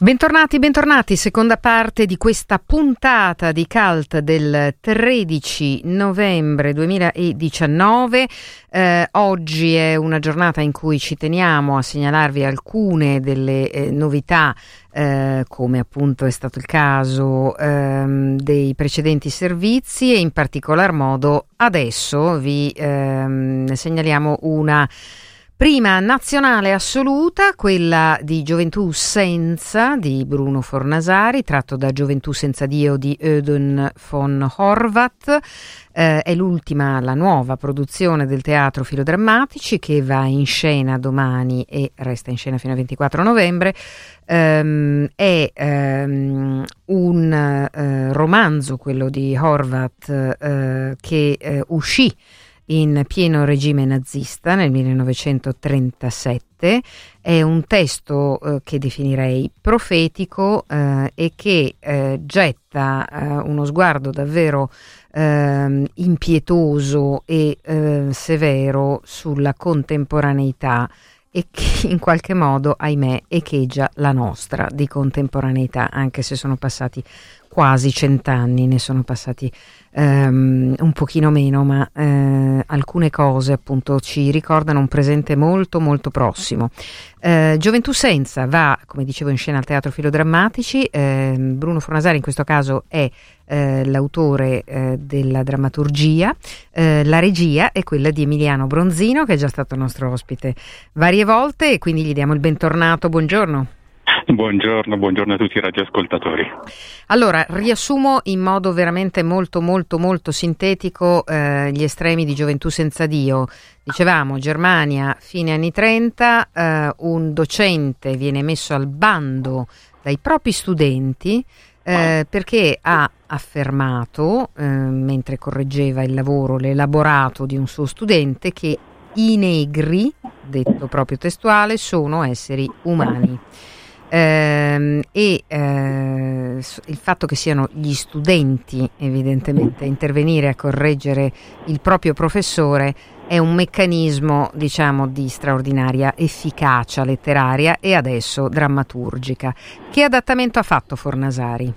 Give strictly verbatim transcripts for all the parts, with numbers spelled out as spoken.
Bentornati, bentornati, seconda parte di questa puntata di Cult del tredici novembre duemiladiciannove. Eh, oggi è una giornata in cui ci teniamo a segnalarvi alcune delle eh, novità, eh, come appunto è stato il caso ehm, dei precedenti servizi, e in particolar modo adesso vi ehm, segnaliamo una prima nazionale assoluta, quella di Gioventù Senza di Bruno Fornasari, tratto da Gioventù Senza Dio di Ödön von Horvath. Eh, è l'ultima, la nuova produzione del Teatro Filodrammatici, che va in scena domani e resta in scena fino al ventiquattro novembre. Um, è um, un uh, romanzo, quello di Horvath, uh, che uh, uscì in pieno regime nazista nel millenovecentotrentasette. È un testo eh, che definirei profetico eh, e che eh, getta eh, uno sguardo davvero eh, impietoso e eh, severo sulla contemporaneità, e che in qualche modo, ahimè, echeggia la nostra di contemporaneità, anche se sono passati quasi cent'anni, ne sono passati um, un pochino meno, ma uh, alcune cose appunto ci ricordano un presente molto molto prossimo. Uh, Gioventù Senza va, come dicevo, in scena al Teatro Filodrammatici. Uh, Bruno Fornasari in questo caso è uh, l'autore uh, della drammaturgia. Uh, la regia è quella di Emiliano Bronzino, che è già stato nostro ospite varie volte, e quindi gli diamo il bentornato. Buongiorno. Buongiorno, buongiorno a tutti i radioascoltatori. Allora, riassumo in modo veramente molto molto molto sintetico eh, gli estremi di Gioventù Senza Dio. Dicevamo, Germania, fine anni trenta, eh, un docente viene messo al bando dai propri studenti eh, perché ha affermato, eh, mentre correggeva il lavoro, l'elaborato di un suo studente, che i negri, detto proprio testuale, sono esseri umani. Eh, e eh, il fatto che siano gli studenti evidentemente a intervenire a correggere il proprio professore è un meccanismo, diciamo, di straordinaria efficacia letteraria e adesso drammaturgica. Che adattamento ha fatto Fornasari?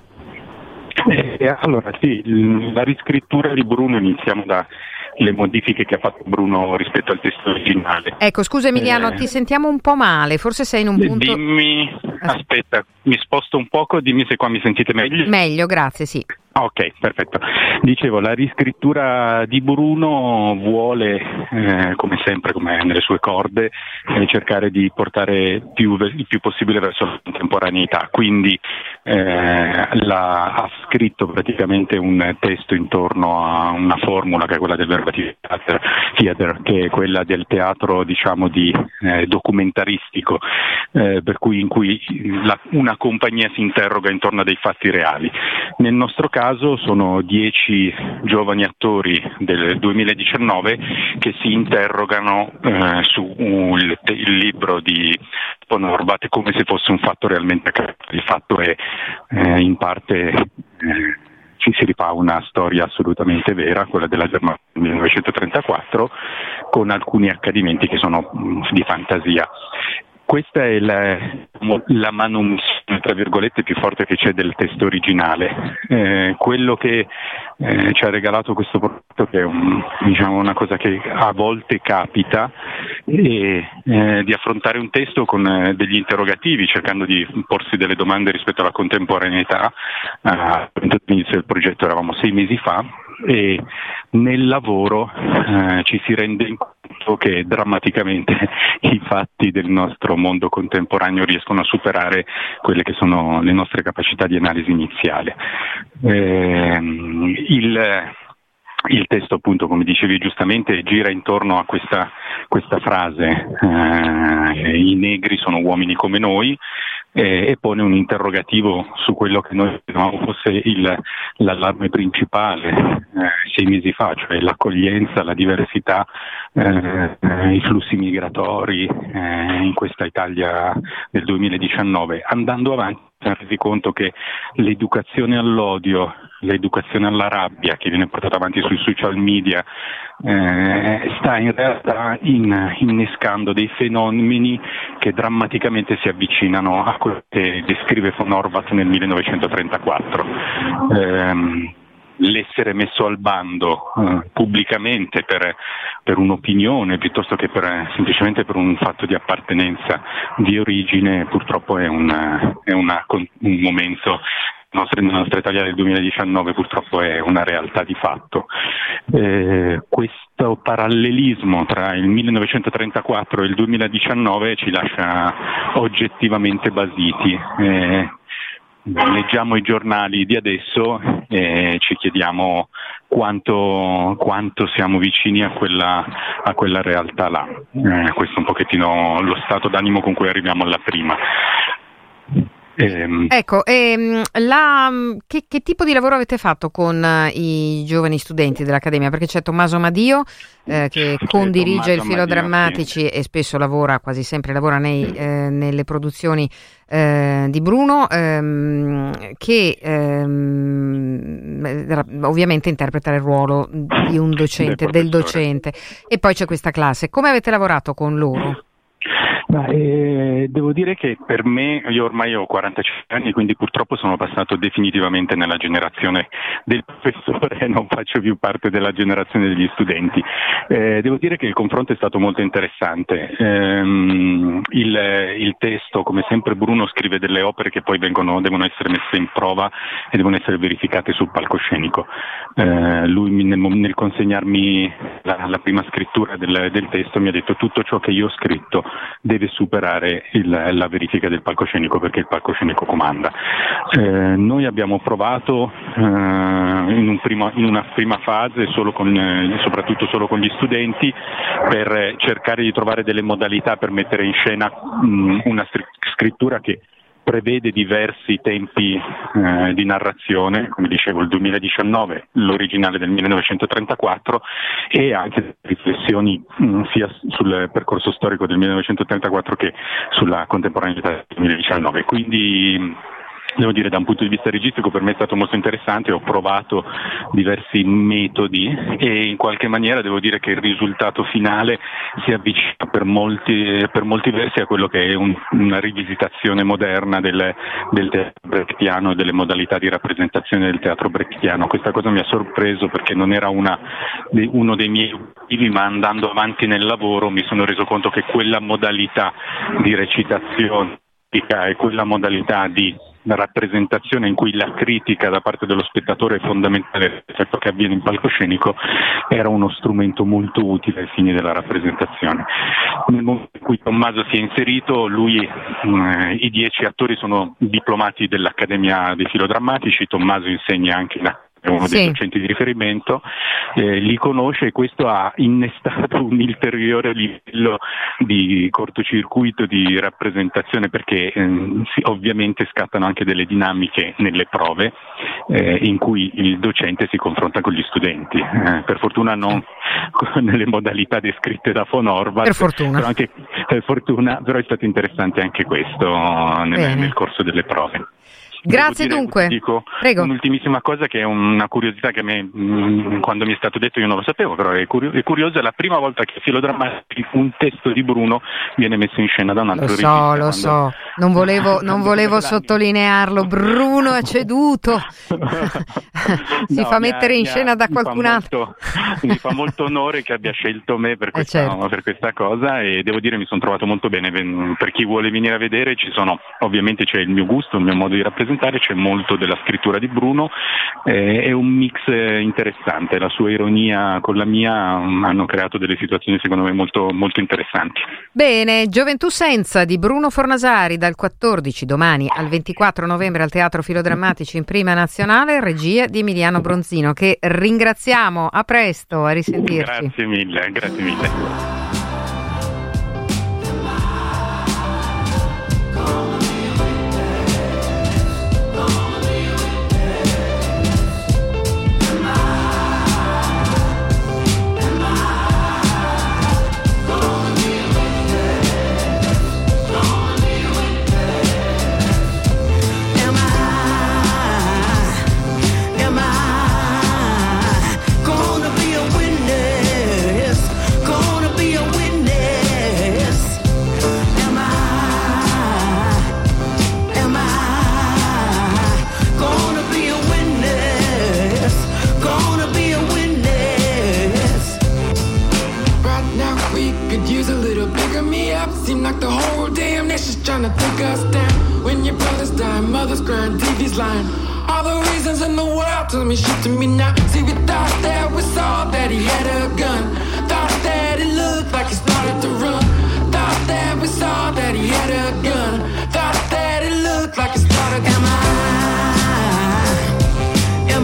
Eh, allora sì, la riscrittura di Bruno, iniziamo da le modifiche che ha fatto Bruno rispetto al testo originale. Ecco, scusa Emiliano, eh, ti sentiamo un po' male, forse sei in un punto... Dimmi, aspetta, mi sposto un poco, dimmi se qua mi sentite meglio. Meglio, grazie, sì. Ok, perfetto. Dicevo, la riscrittura di Bruno vuole, eh, come sempre, come nelle sue corde, eh, cercare di portare più, il più possibile verso la contemporaneità. Quindi eh, la, ha scritto praticamente un testo intorno a una formula che è quella del verbatim theater, theater che è quella del teatro, diciamo, di eh, documentaristico, eh, per cui in cui la, una compagnia si interroga intorno a dei fatti reali. Nel nostro caso sono dieci giovani attori del duemiladiciannove che si interrogano eh, su uh, il, il libro di von Horvath come se fosse un fatto realmente accaduto. Il fatto è eh, in parte eh, ci si rifà una storia assolutamente vera, quella della Germania del millenovecentotrentaquattro, con alcuni accadimenti che sono mh, di fantasia. Questa è la, la manomissione, tra virgolette, più forte che c'è del testo originale. Eh, quello che eh, ci ha regalato questo prodotto, che è un, diciamo, una cosa che a volte capita, è eh, di affrontare un testo con eh, degli interrogativi, cercando di porsi delle domande rispetto alla contemporaneità. Eh, all'inizio del progetto eravamo sei mesi fa, e nel lavoro eh, ci si rende conto che drammaticamente i fatti del nostro mondo contemporaneo riescono a superare quelle che sono le nostre capacità di analisi iniziale. Eh, il, il testo, appunto, come dicevi giustamente, gira intorno a questa, questa frase, eh, i negri sono uomini come noi, eh, e pone un interrogativo su quello che noi pensavamo fosse il, l'allarme principale eh, sei mesi fa, cioè l'accoglienza, la diversità, eh, i flussi migratori eh, in questa Italia del duemiladiciannove. Andando avanti si è resi conto che l'educazione all'odio l'educazione alla rabbia che viene portata avanti sui social media eh, sta in realtà in, innescando dei fenomeni che drammaticamente si avvicinano a quello che descrive von Horvath nel millenovecentotrentaquattro. Eh, l'essere messo al bando eh, pubblicamente per, per un'opinione piuttosto che per, semplicemente per un fatto di appartenenza di origine, purtroppo è, una, è una, un momento nostra, nella nostra Italia del duemiladiciannove, purtroppo è una realtà di fatto. Eh, questo parallelismo tra il millenovecentotrentaquattro e il duemiladiciannove ci lascia oggettivamente basiti. Eh, Leggiamo i giornali di adesso e ci chiediamo quanto, quanto siamo vicini a quella, a quella realtà là. Eh, questo è un pochettino lo stato d'animo con cui arriviamo alla prima. Ehm. Ecco, ehm, la, che, che tipo di lavoro avete fatto con uh, i giovani studenti dell'Accademia? Perché c'è Tommaso Madio eh, che condirige il Filodrammatici, sì, e spesso lavora, quasi sempre lavora nei, eh, nelle produzioni eh, di Bruno, ehm, che ehm, ovviamente interpreta il ruolo di un docente, del docente, e poi c'è questa classe. Come avete lavorato con loro? Ma, eh, devo dire che per me, io ormai ho quarantacinque anni, quindi purtroppo sono passato definitivamente nella generazione del professore e non faccio più parte della generazione degli studenti. Eh, devo dire che il confronto è stato molto interessante. Ehm, il, il testo, come sempre, Bruno scrive delle opere che poi vengono, devono essere messe in prova e devono essere verificate sul palcoscenico. Eh, lui nel, nel consegnarmi la, la prima scrittura del, del testo mi ha detto: tutto ciò che io ho scritto deve superare il, la verifica del palcoscenico, perché il palcoscenico comanda. Eh, noi abbiamo provato eh, in, un primo, in una prima fase solo con, eh, soprattutto solo con gli studenti, per cercare di trovare delle modalità per mettere in scena mh, una scrittura che prevede diversi tempi eh, di narrazione, come dicevo il duemiladiciannove, l'originale del millenovecentotrentaquattro, e anche riflessioni mh, sia sul percorso storico del millenovecentotrentaquattro che sulla contemporaneità del duemiladiciannove. Quindi devo dire, da un punto di vista registico per me è stato molto interessante, ho provato diversi metodi e in qualche maniera devo dire che il risultato finale si avvicina per molti, per molti versi a quello che è un, una rivisitazione moderna del, del teatro brechtiano e delle modalità di rappresentazione del teatro brechtiano. Questa cosa mi ha sorpreso perché non era una, uno dei miei obiettivi, ma andando avanti nel lavoro mi sono reso conto che quella modalità di recitazione e quella modalità di rappresentazione in cui la critica da parte dello spettatore è fondamentale rispetto a che avviene in palcoscenico era uno strumento molto utile ai fini della rappresentazione. Nel momento in cui Tommaso si è inserito, lui, eh, i dieci attori sono diplomati dell'Accademia dei Filodrammatici, Tommaso insegna anche in è uno dei sì. docenti di riferimento, eh, li conosce, e questo ha innestato un ulteriore livello di cortocircuito di rappresentazione, perché eh, sì, ovviamente scattano anche delle dinamiche nelle prove eh, in cui il docente si confronta con gli studenti, eh, per fortuna non nelle modalità descritte da von Horvath, per fortuna. Però, anche, per fortuna, però è stato interessante anche questo nel, nel corso delle prove. Grazie dire, dunque. Dico Prego. Un'ultimissima cosa che è una curiosità che a me, mh, quando mi è stato detto io non lo sapevo, però è, curio- è curioso, è la prima volta che Filodrammatici, un testo di Bruno viene messo in scena da un altro regista. Lo so, lo quando... so, non volevo, non volevo sottolinearlo, Bruno ha ceduto, si no, fa mettere ha, in scena ha, da qualcun altro. Molto, mi fa molto onore che abbia scelto me per questa, eh certo. per questa cosa, e devo dire mi sono trovato molto bene. Per chi vuole venire a vedere ci sono, ovviamente c'è il mio gusto, il mio modo di rappresentare, c'è molto della scrittura di Bruno, eh, è un mix interessante, la sua ironia con la mia um, hanno creato delle situazioni secondo me molto, molto interessanti. Bene, Gioventù Senza di Bruno Fornasari dal quattordici domani al ventiquattro novembre al Teatro Filodrammatici in Prima Nazionale, regia di Emiliano Bronzino, che ringraziamo. A presto, a risentirci. Grazie mille, grazie mille. Am I guns in the world, tell me shit to me now. See, we thought that we saw that he had a gun. Thought that it looked like he started to run. Thought that we saw that he had a gun. Thought that it looked like he started to run. Am I, am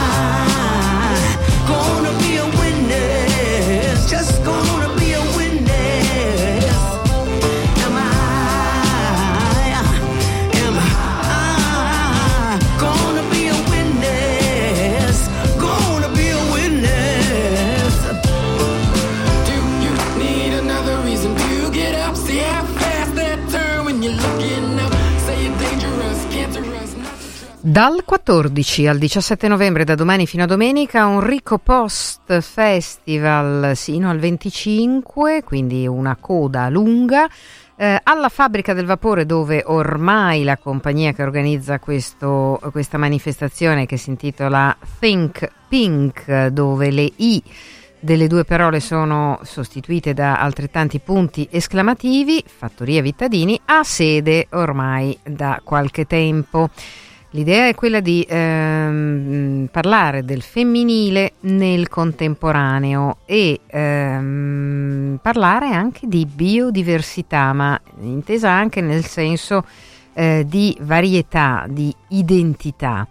I gonna be a witness? Just gonna be a witness. Am I, am I gonna be a witness? Gonna be a witness. Do you need another reason to get up? See how fast that turn when you're looking up. Say you're dangerous, cancerous, not to trust. Dal quattordici al diciassette novembre, da domani fino a domenica, un Rico Post Festival sino al venticinque, quindi una coda lunga, eh, alla Fabbrica del Vapore, dove ormai la compagnia che organizza questo, questa manifestazione, che si intitola Think Pink, dove le I delle due parole sono sostituite da altrettanti punti esclamativi, Fattoria Vittadini, ha sede ormai da qualche tempo. L'idea è quella di ehm, parlare del femminile nel contemporaneo e ehm, parlare anche di biodiversità, ma intesa anche nel senso eh, di varietà, di identità.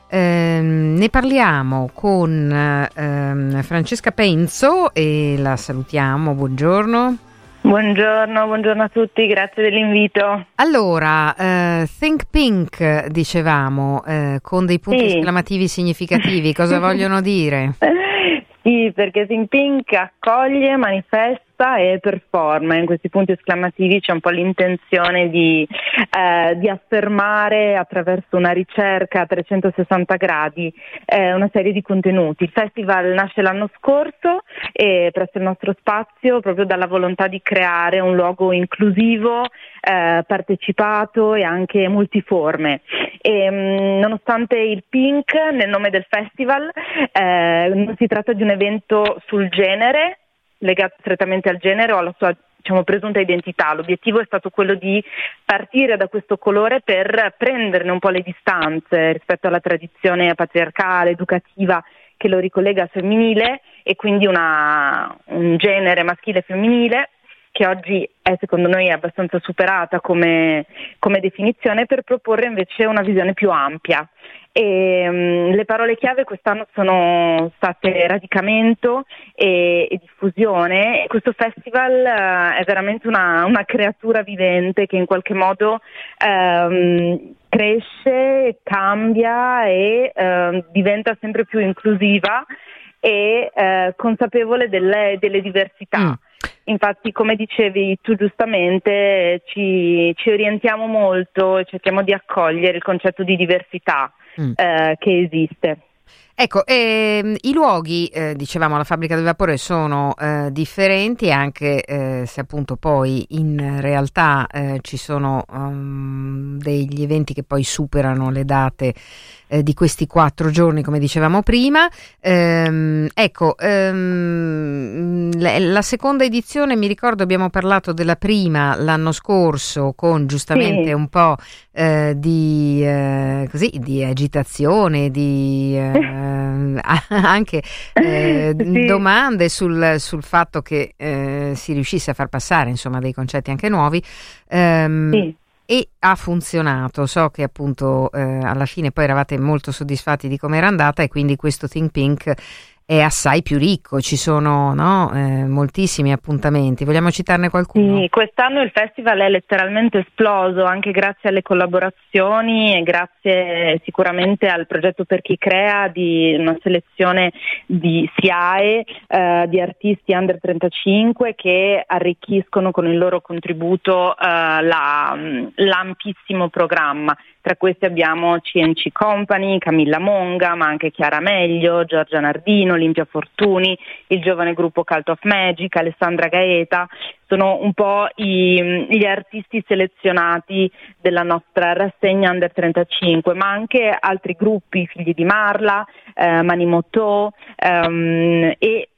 Ehm, ne parliamo con ehm, Francesca Penzo e la salutiamo. Buongiorno. Buongiorno, buongiorno a tutti, grazie dell'invito. Allora, eh, Think Pink, dicevamo, eh, con dei punti Sì. esclamativi significativi, cosa vogliono dire? Sì, perché Think Pink accoglie, manifesta e performa. In questi punti esclamativi c'è un po' l'intenzione di, eh, di affermare attraverso una ricerca a trecentosessanta gradi eh, una serie di contenuti. Il festival nasce l'anno scorso e presso il nostro spazio proprio dalla volontà di creare un luogo inclusivo, eh, partecipato e anche multiforme. E, mh, nonostante il pink nel nome del festival, eh, non si tratta di un evento sul genere, legato strettamente al genere o alla sua, diciamo, presunta identità. L'obiettivo è stato quello di partire da questo colore per prenderne un po' le distanze rispetto alla tradizione patriarcale, educativa, che lo ricollega al femminile, e quindi una, un genere maschile e femminile che oggi è, secondo noi, abbastanza superata come, come definizione, per proporre invece una visione più ampia. E, um, le parole chiave quest'anno sono state radicamento e, e diffusione. Questo festival uh, è veramente una, una creatura vivente che in qualche modo um, cresce, cambia e uh, diventa sempre più inclusiva e uh, consapevole delle, delle diversità. Mm. Infatti, come dicevi tu giustamente, ci, ci orientiamo molto e cerchiamo di accogliere il concetto di diversità mm. eh, che esiste. Ecco, ehm, i luoghi, eh, dicevamo, alla Fabbrica del Vapore sono eh, differenti, anche eh, se appunto poi in realtà eh, ci sono um, degli eventi che poi superano le date eh, di questi quattro giorni, come dicevamo prima. Ehm, ecco, ehm, la, la seconda edizione, mi ricordo, abbiamo parlato della prima l'anno scorso con giustamente sì. un po' eh, di, eh, così, di agitazione, di... Eh, anche eh, sì. domande sul, sul fatto che eh, si riuscisse a far passare, insomma, dei concetti anche nuovi, ehm, sì. e ha funzionato. So che appunto eh, alla fine poi eravate molto soddisfatti di come era andata, e quindi questo Think Pink è assai più ricco, ci sono no, eh, moltissimi appuntamenti. Vogliamo citarne qualcuno? Sì, quest'anno il festival è letteralmente esploso, anche grazie alle collaborazioni e grazie sicuramente al progetto Per Chi Crea, di una selezione di S I A E, eh, di artisti under trentacinque che arricchiscono con il loro contributo eh, la, l'ampissimo programma. Tra questi abbiamo C and C Company, Camilla Monga, ma anche Chiara Meglio, Giorgia Nardino, Olimpia Fortuni, il giovane gruppo Cult of Magic, Alessandra Gaeta. Sono un po' i, gli artisti selezionati della nostra rassegna under trentacinque, ma anche altri gruppi, Figli di Marla, eh, Manimoto, ehm, e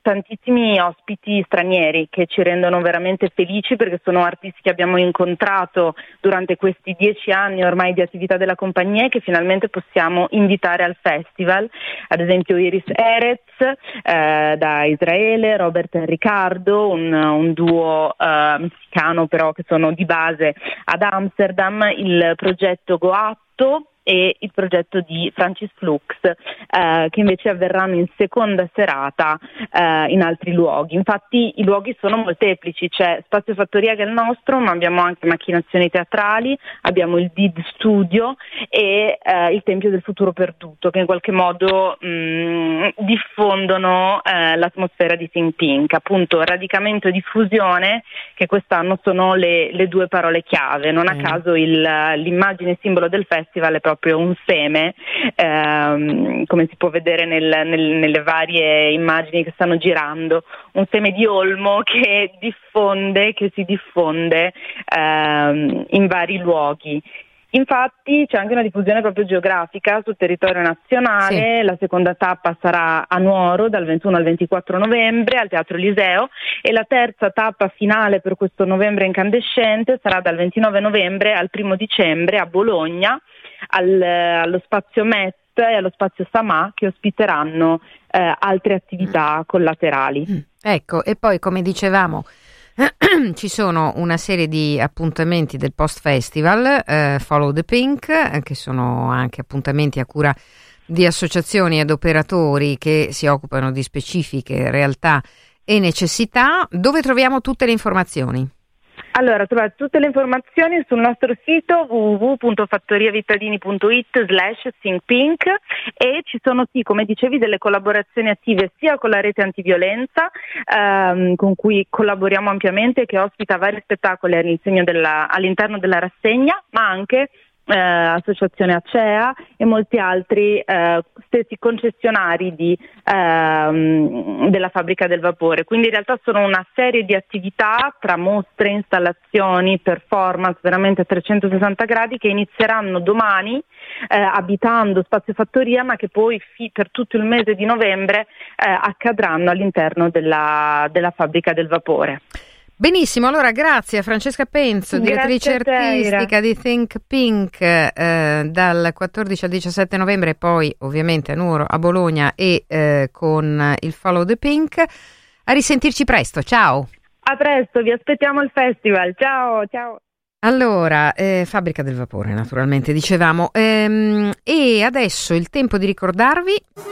tantissimi ospiti stranieri che ci rendono veramente felici, perché sono artisti che abbiamo incontrato durante questi dieci anni ormai di attività della compagnia e che finalmente possiamo invitare al festival. Ad esempio Iris Erez eh, da Israele, Robert e Riccardo, un, un duo eh, messicano però che sono di base ad Amsterdam, il progetto Goatto e il progetto di Francis Flux, eh, che invece avverranno in seconda serata eh, in altri luoghi. Infatti i luoghi sono molteplici, c'è Spazio Fattoria che è il nostro, ma abbiamo anche macchinazioni teatrali, abbiamo il D I D Studio e eh, il Tempio del Futuro Perduto, che in qualche modo mh, diffondono eh, l'atmosfera di Think Pink. Appunto radicamento e diffusione, che quest'anno sono le, le due parole chiave. Non a mm. caso il, l'immagine simbolo del festival è proprio un seme, ehm, come si può vedere nel, nel, nelle varie immagini che stanno girando, un seme di olmo che diffonde, che si diffonde ehm, in vari luoghi. Infatti c'è anche una diffusione proprio geografica sul territorio nazionale. Sì. La seconda tappa sarà a Nuoro dal ventuno al ventiquattro novembre al Teatro Eliseo, e la terza tappa finale per questo novembre incandescente sarà dal ventinove novembre al primo dicembre a Bologna, al, allo Spazio Met e allo Spazio Samà, che ospiteranno eh, altre attività collaterali. Ecco, e poi come dicevamo ci sono una serie di appuntamenti del Post Festival, eh, Follow the Pink, eh, che sono anche appuntamenti a cura di associazioni ed operatori che si occupano di specifiche realtà e necessità. Dove troviamo tutte le informazioni? Allora, trovate tutte le informazioni sul nostro sito w w w punto fattoriavitadini punto i t slash think pink, e ci sono, sì, come dicevi, delle collaborazioni attive sia con la rete antiviolenza, ehm, con cui collaboriamo ampiamente, che ospita vari spettacoli all'interno della, all'interno della rassegna, ma anche Eh, Associazione Acea e molti altri eh, stessi concessionari di, ehm, della fabbrica del vapore. Quindi in realtà sono una serie di attività tra mostre, installazioni, performance veramente a trecentosessanta gradi, che inizieranno domani eh, abitando Spazio Fattoria, ma che poi fi- per tutto il mese di novembre eh, accadranno all'interno della, della fabbrica del vapore. Benissimo, allora grazie a Francesca Penzo, direttrice artistica di Think Pink, eh, dal quattordici al diciassette novembre, e poi ovviamente a Nuoro, a Bologna e eh, con il Follow the Pink. A risentirci presto, ciao! A presto, vi aspettiamo al festival, ciao, ciao! Allora, eh, Fabbrica del Vapore naturalmente dicevamo, ehm, e adesso il tempo di ricordarvi...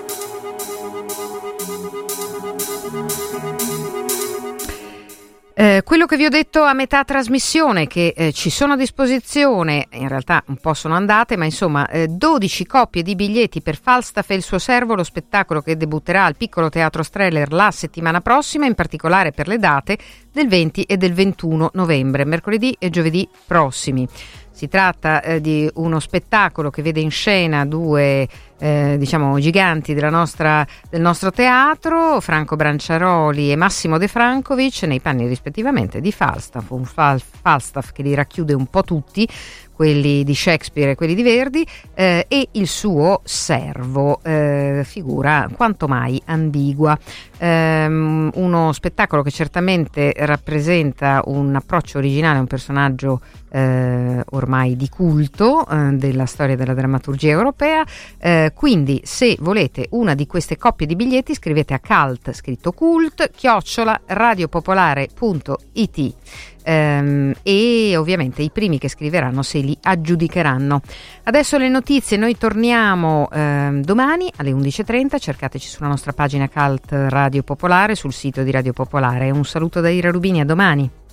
Eh, quello che vi ho detto a metà trasmissione, che eh, ci sono a disposizione, in realtà un po' sono andate, ma insomma eh, dodici coppie di biglietti per Falstaff e il suo servo, lo spettacolo che debutterà al Piccolo Teatro Streller la settimana prossima, in particolare per le date del venti e del ventuno novembre, mercoledì e giovedì prossimi. Si tratta eh, di uno spettacolo che vede in scena due eh, diciamo giganti della nostra, del nostro teatro, Franco Branciaroli e Massimo De Francovic, nei panni rispettivamente di Falstaff, un Fal- Falstaff che li racchiude un po' tutti, quelli di Shakespeare e quelli di Verdi, eh, e il suo servo, eh, figura quanto mai ambigua. Um, uno spettacolo che certamente rappresenta un approccio originale a un personaggio eh, ormai di culto eh, della storia della drammaturgia europea, eh, quindi se volete una di queste coppie di biglietti scrivete a cult, scritto cult, chiocciola radiopopolare punto it. Um, e ovviamente i primi che scriveranno se li aggiudicheranno. Adesso le notizie, noi torniamo um, domani alle undici e trenta, cercateci sulla nostra pagina Cult Radio Popolare, sul sito di Radio Popolare. Un saluto da Ira Rubini, a domani.